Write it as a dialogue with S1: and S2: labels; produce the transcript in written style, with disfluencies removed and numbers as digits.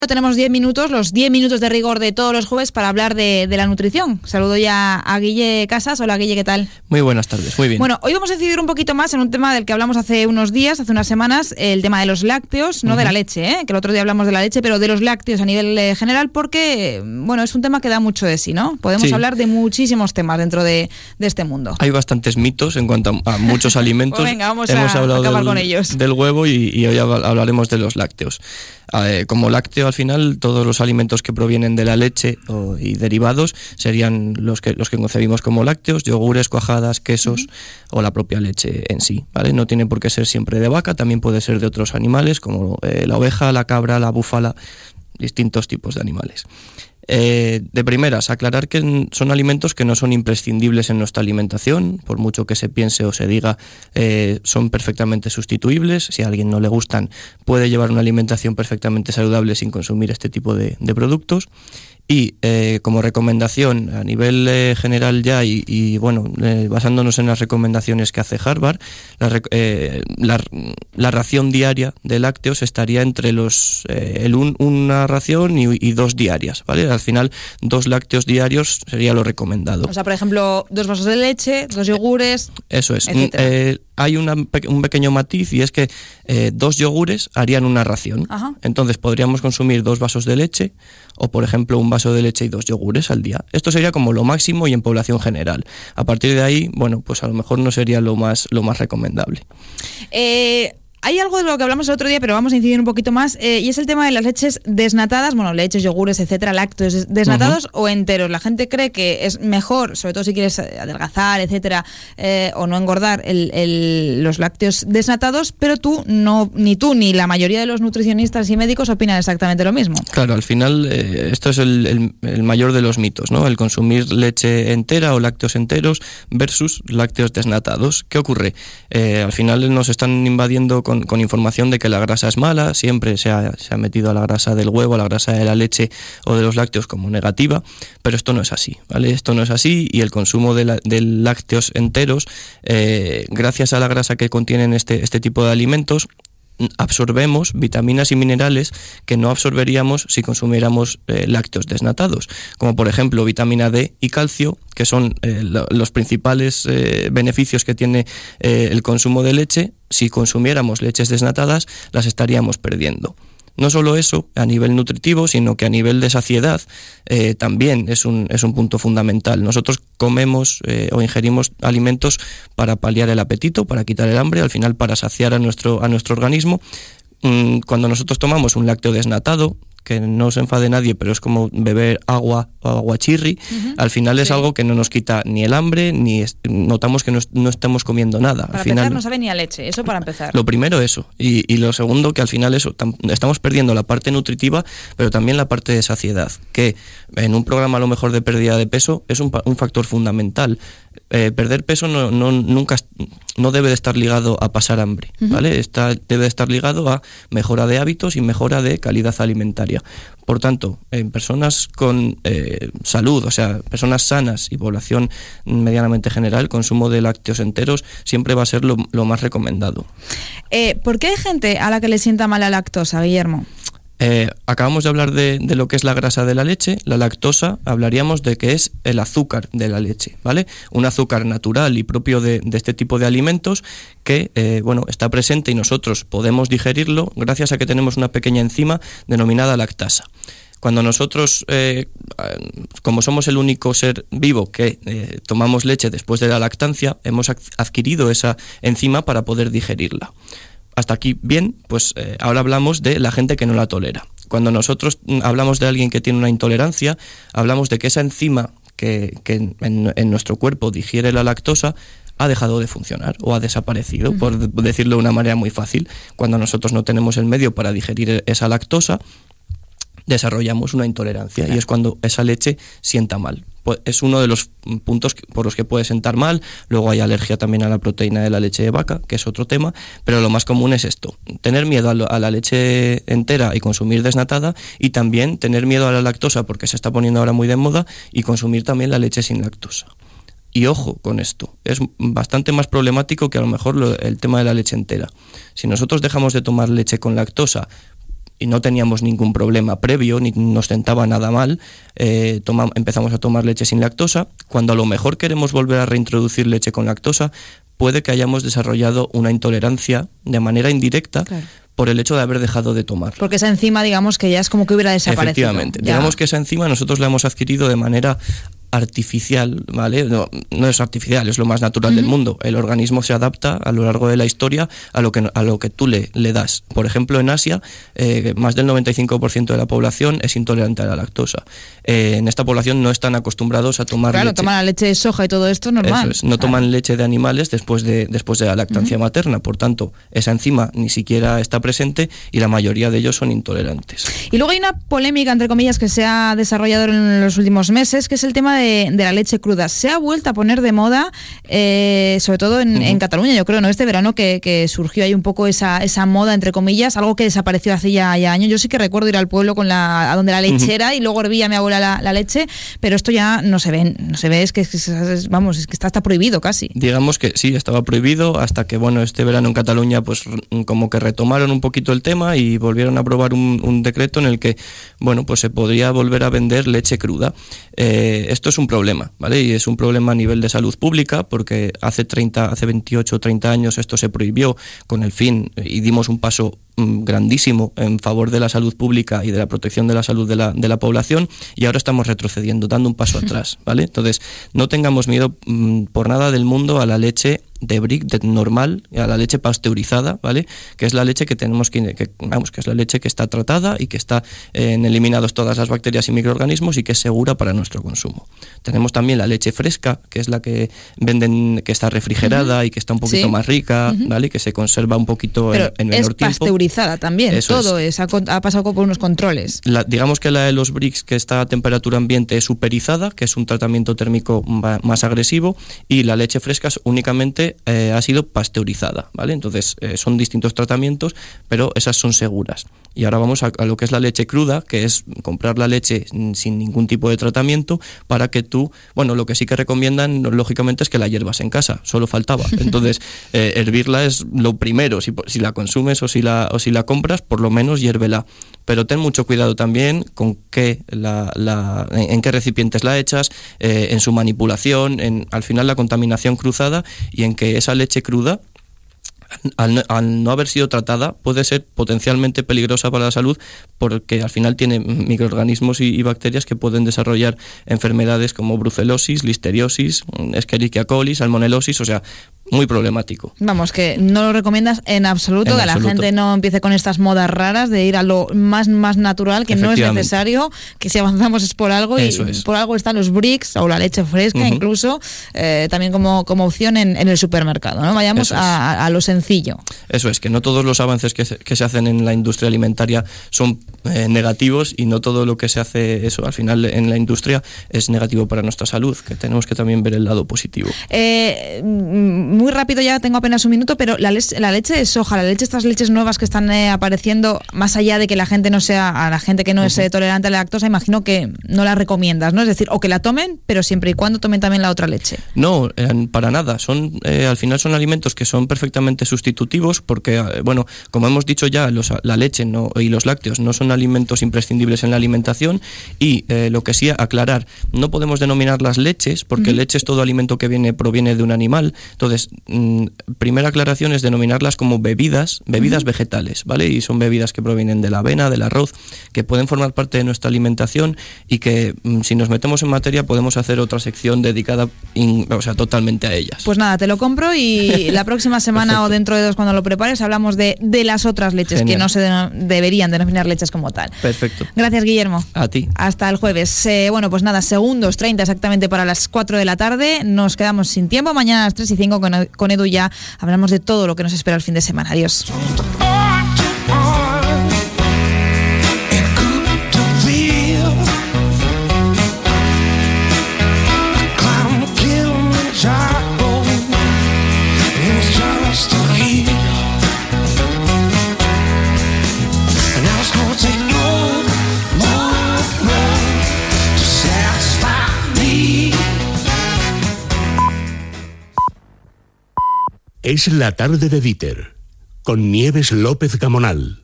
S1: Tenemos 10 minutos, los 10 minutos de rigor de todos los jueves para hablar de la nutrición. Saludo ya a Guille Casas. Hola Guille, ¿qué tal?
S2: Muy buenas tardes, muy bien.
S1: Bueno, hoy vamos a incidir un poquito más en un tema del que hablamos hace unos días, hace unas semanas, el tema de los lácteos, no de la leche, que el otro día hablamos de la leche, pero de los lácteos a nivel general, porque, bueno, es un tema que da mucho de sí, ¿no? Podemos hablar de muchísimos temas dentro de este mundo.
S2: Hay bastantes mitos en cuanto a muchos alimentos.
S1: Pues venga, vamos
S2: Hemos
S1: a
S2: hablado
S1: acabar con ellos.
S2: Del huevo y hoy hablaremos de los lácteos. Como lácteo, al final, todos los alimentos que provienen de la leche y derivados serían los que concebimos como lácteos: yogures, cuajadas, quesos o la propia leche en sí, ¿vale? No tiene por qué ser siempre de vaca, también puede ser de otros animales como la oveja, la cabra, la búfala, distintos tipos de animales. De primeras, aclarar que son alimentos que no son imprescindibles en nuestra alimentación, por mucho que se piense o se diga, son perfectamente sustituibles. Si a alguien no le gustan, puede llevar una alimentación perfectamente saludable sin consumir este tipo de productos. Y como recomendación a nivel general ya y basándonos en las recomendaciones que hace Harvard, la ración diaria de lácteos estaría entre una ración y 2 diarias, ¿vale? Al final 2 lácteos diarios sería lo recomendado.
S1: O sea, por ejemplo, 2 vasos de leche, 2 yogures.
S2: Eso es. Hay un pequeño matiz, y es que 2 yogures harían una ración.
S1: Ajá.
S2: Entonces podríamos consumir 2 vasos de leche o, por ejemplo, un vaso de leche y 2 yogures al día. Esto sería como lo máximo y en población general. A partir de ahí, bueno, pues a lo mejor no sería lo más recomendable.
S1: Hay algo de lo que hablamos el otro día, pero vamos a incidir un poquito más, y es el tema de las leches desnatadas, bueno, leches, yogures, etcétera, lácteos desnatados o enteros. La gente cree que es mejor, sobre todo si quieres adelgazar, etcétera, o no engordar, los lácteos desnatados, pero ni tú ni la mayoría de los nutricionistas y médicos opinan exactamente lo mismo.
S2: Claro, al final esto es el mayor de los mitos, ¿no? El consumir leche entera o lácteos enteros versus lácteos desnatados. ¿Qué ocurre? Al final nos están invadiendo con información de que la grasa es mala. Siempre se ha metido a la grasa del huevo, a la grasa de la leche o de los lácteos como negativa, pero esto no es así, ¿vale? Esto no es así, y el consumo de lácteos enteros, gracias a la grasa que contienen este tipo de alimentos, absorbemos vitaminas y minerales que no absorberíamos si consumiéramos lácteos desnatados, como por ejemplo vitamina D y calcio, que son los principales beneficios que tiene el consumo de leche. Si consumiéramos leches desnatadas, las estaríamos perdiendo. No solo eso a nivel nutritivo, sino que a nivel de saciedad también es un punto fundamental. Nosotros comemos o ingerimos alimentos para paliar el apetito, para quitar el hambre, al final para saciar a nuestro organismo. Cuando nosotros tomamos un lácteo desnatado, que no se enfade nadie, pero es como beber agua o aguachirri, al final es algo que no nos quita ni el hambre, ni notamos que no estamos comiendo nada.
S1: Para
S2: al final,
S1: empezar, no sabe ni a leche, eso para empezar.
S2: Lo primero eso, y lo segundo, que al final estamos perdiendo la parte nutritiva, pero también la parte de saciedad, que en un programa a lo mejor de pérdida de peso es un factor fundamental. Perder peso nunca no debe de estar ligado a pasar hambre, ¿vale? Debe de estar ligado a mejora de hábitos y mejora de calidad alimentaria. Por tanto, en personas con salud, o sea, personas sanas y población medianamente general, el consumo de lácteos enteros siempre va a ser lo más recomendado.
S1: ¿Por qué hay gente a la que le sienta mal la lactosa, Guillermo?
S2: Acabamos de hablar de lo que es la grasa de la leche. La lactosa, hablaríamos de que es el azúcar de la leche, ¿vale? Un azúcar natural y propio de este tipo de alimentos que está presente y nosotros podemos digerirlo gracias a que tenemos una pequeña enzima denominada lactasa. Cuando nosotros, como somos el único ser vivo que tomamos leche después de la lactancia, hemos adquirido esa enzima para poder digerirla. Hasta aquí bien, pues ahora hablamos de la gente que no la tolera. Cuando nosotros hablamos de alguien que tiene una intolerancia, hablamos de que esa enzima que en nuestro cuerpo digiere la lactosa ha dejado de funcionar o ha desaparecido, por decirlo de una manera muy fácil. Cuando nosotros no tenemos el medio para digerir esa lactosa, desarrollamos una intolerancia, y es cuando esa leche sienta mal. Pues es uno de los puntos por los que puede sentar mal. Luego hay alergia también a la proteína de la leche de vaca, que es otro tema, pero lo más común es esto: tener miedo a la leche entera y consumir desnatada, y también tener miedo a la lactosa, porque se está poniendo ahora muy de moda, y consumir también la leche sin lactosa. Y ojo con esto, es bastante más problemático que a lo mejor el tema de la leche entera. Si nosotros dejamos de tomar leche con lactosa y no teníamos ningún problema previo, ni nos sentaba nada mal, empezamos a tomar leche sin lactosa. Cuando a lo mejor queremos volver a reintroducir leche con lactosa, puede que hayamos desarrollado una intolerancia de manera indirecta, claro, por el hecho de haber dejado de tomar.
S1: Porque esa enzima, digamos, que ya es como que hubiera desaparecido.
S2: Efectivamente. Digamos que esa enzima nosotros la hemos adquirido de manera artificial, ¿vale? No es artificial, es lo más natural del mundo. El organismo se adapta a lo largo de la historia a lo que tú le das. Por ejemplo, en Asia, más del 95% de la población es intolerante a la lactosa. En esta población no están acostumbrados a tomar leche.
S1: Claro, toman la leche de soja y todo esto normal.
S2: Eso es, no toman leche de animales después de la lactancia materna. Por tanto, esa enzima ni siquiera está presente y la mayoría de ellos son intolerantes.
S1: Y luego hay una polémica, entre comillas, que se ha desarrollado en los últimos meses, que es el tema de la leche cruda. Se ha vuelto a poner de moda, sobre todo en Cataluña, yo creo, ¿no? Este verano que surgió ahí un poco esa moda, entre comillas, algo que desapareció hace ya años. Yo sí que recuerdo ir al pueblo a donde la lechera y luego hervía mi abuela la leche, pero esto ya no se ve, es que está hasta prohibido casi.
S2: Digamos que sí, estaba prohibido hasta que, este verano en Cataluña pues como que retomaron un poquito el tema y volvieron a aprobar un decreto en el que, pues se podría volver a vender leche cruda. Esto es un problema, ¿vale? Y es un problema a nivel de salud pública porque hace 28 o 30 años esto se prohibió con el fin y dimos un paso grandísimo en favor de la salud pública y de la protección de la salud de la población, y ahora estamos retrocediendo, dando un paso atrás, ¿vale? Entonces, no tengamos miedo por nada del mundo a la leche de brick, normal, a la leche pasteurizada, ¿vale? Que es la leche que tenemos que es la leche que está tratada y que está eliminados todas las bacterias y microorganismos y que es segura para nuestro consumo. Tenemos también la leche fresca, que es la que venden, que está refrigerada y que está un poquito más rica, ¿vale? Que se conserva un poquito en menor tiempo.
S1: Es pasteurizada también, eso todo ha pasado por unos controles.
S2: Digamos que la de los bricks, que está a temperatura ambiente, es superizada, que es un tratamiento térmico más agresivo, y la leche fresca únicamente ha sido pasteurizada, ¿vale? Entonces son distintos tratamientos, pero esas son seguras. Y ahora vamos a lo que es la leche cruda, que es comprar la leche sin ningún tipo de tratamiento para que tú, lo que sí que recomiendan, lógicamente, es que la hiervas en casa, solo faltaba. Entonces, hervirla es lo primero, si la consumes o si la compras, por lo menos hiérvela. Pero ten mucho cuidado también con en qué recipientes la echas, en su manipulación, al final la contaminación cruzada, y en que esa leche cruda, al no haber sido tratada, puede ser potencialmente peligrosa para la salud porque al final tiene microorganismos y bacterias que pueden desarrollar enfermedades como brucelosis, listeriosis, Escherichia coli, salmonelosis, o sea, muy problemático.
S1: Vamos, que no lo recomiendas en absoluto, que la gente no empiece con estas modas raras de ir a lo más natural, que no es necesario, que si avanzamos es por algo, y por algo están los bricks o la leche fresca, incluso, también como opción en el supermercado, ¿no? Vayamos a lo sencillo. Eso
S2: es, que no todos los avances que se hacen en la industria alimentaria son negativos, y no todo lo que se hace al final en la industria es negativo para nuestra salud, que tenemos que también ver el lado positivo.
S1: Muy rápido, ya tengo apenas un minuto, pero la leche de soja, estas leches nuevas que están apareciendo, más allá de que la gente a la gente que no es tolerante a la lactosa, imagino que no la recomiendas, ¿no? Es decir, o que la tomen, pero siempre y cuando tomen también la otra leche.
S2: No, para nada. Al final son alimentos que son perfectamente sustitutivos porque, como hemos dicho ya, la leche y los lácteos no son alimentos imprescindibles en la alimentación, y lo que sí, aclarar, no podemos denominar las leches porque leche es todo alimento que proviene de un animal. Entonces, primera aclaración es denominarlas como bebidas vegetales, ¿vale? Y son bebidas que provienen de la avena, del arroz, que pueden formar parte de nuestra alimentación y que, si nos metemos en materia, podemos hacer otra sección dedicada totalmente a ellas.
S1: Pues nada, te lo compro, y la próxima semana o dentro de 2, cuando lo prepares, hablamos de las otras leches. Genial. Que no se deberían denominar leches como tal.
S2: Perfecto.
S1: Gracias, Guillermo.
S2: A ti.
S1: Hasta el jueves. Pues nada, segundos 30 exactamente para las 4 de la tarde. Nos quedamos sin tiempo. Mañana a las 3:05 con Edu ya hablamos de todo lo que nos espera el fin de semana. Adiós.
S3: Es la tarde de Dieter, con Nieves López Gamonal.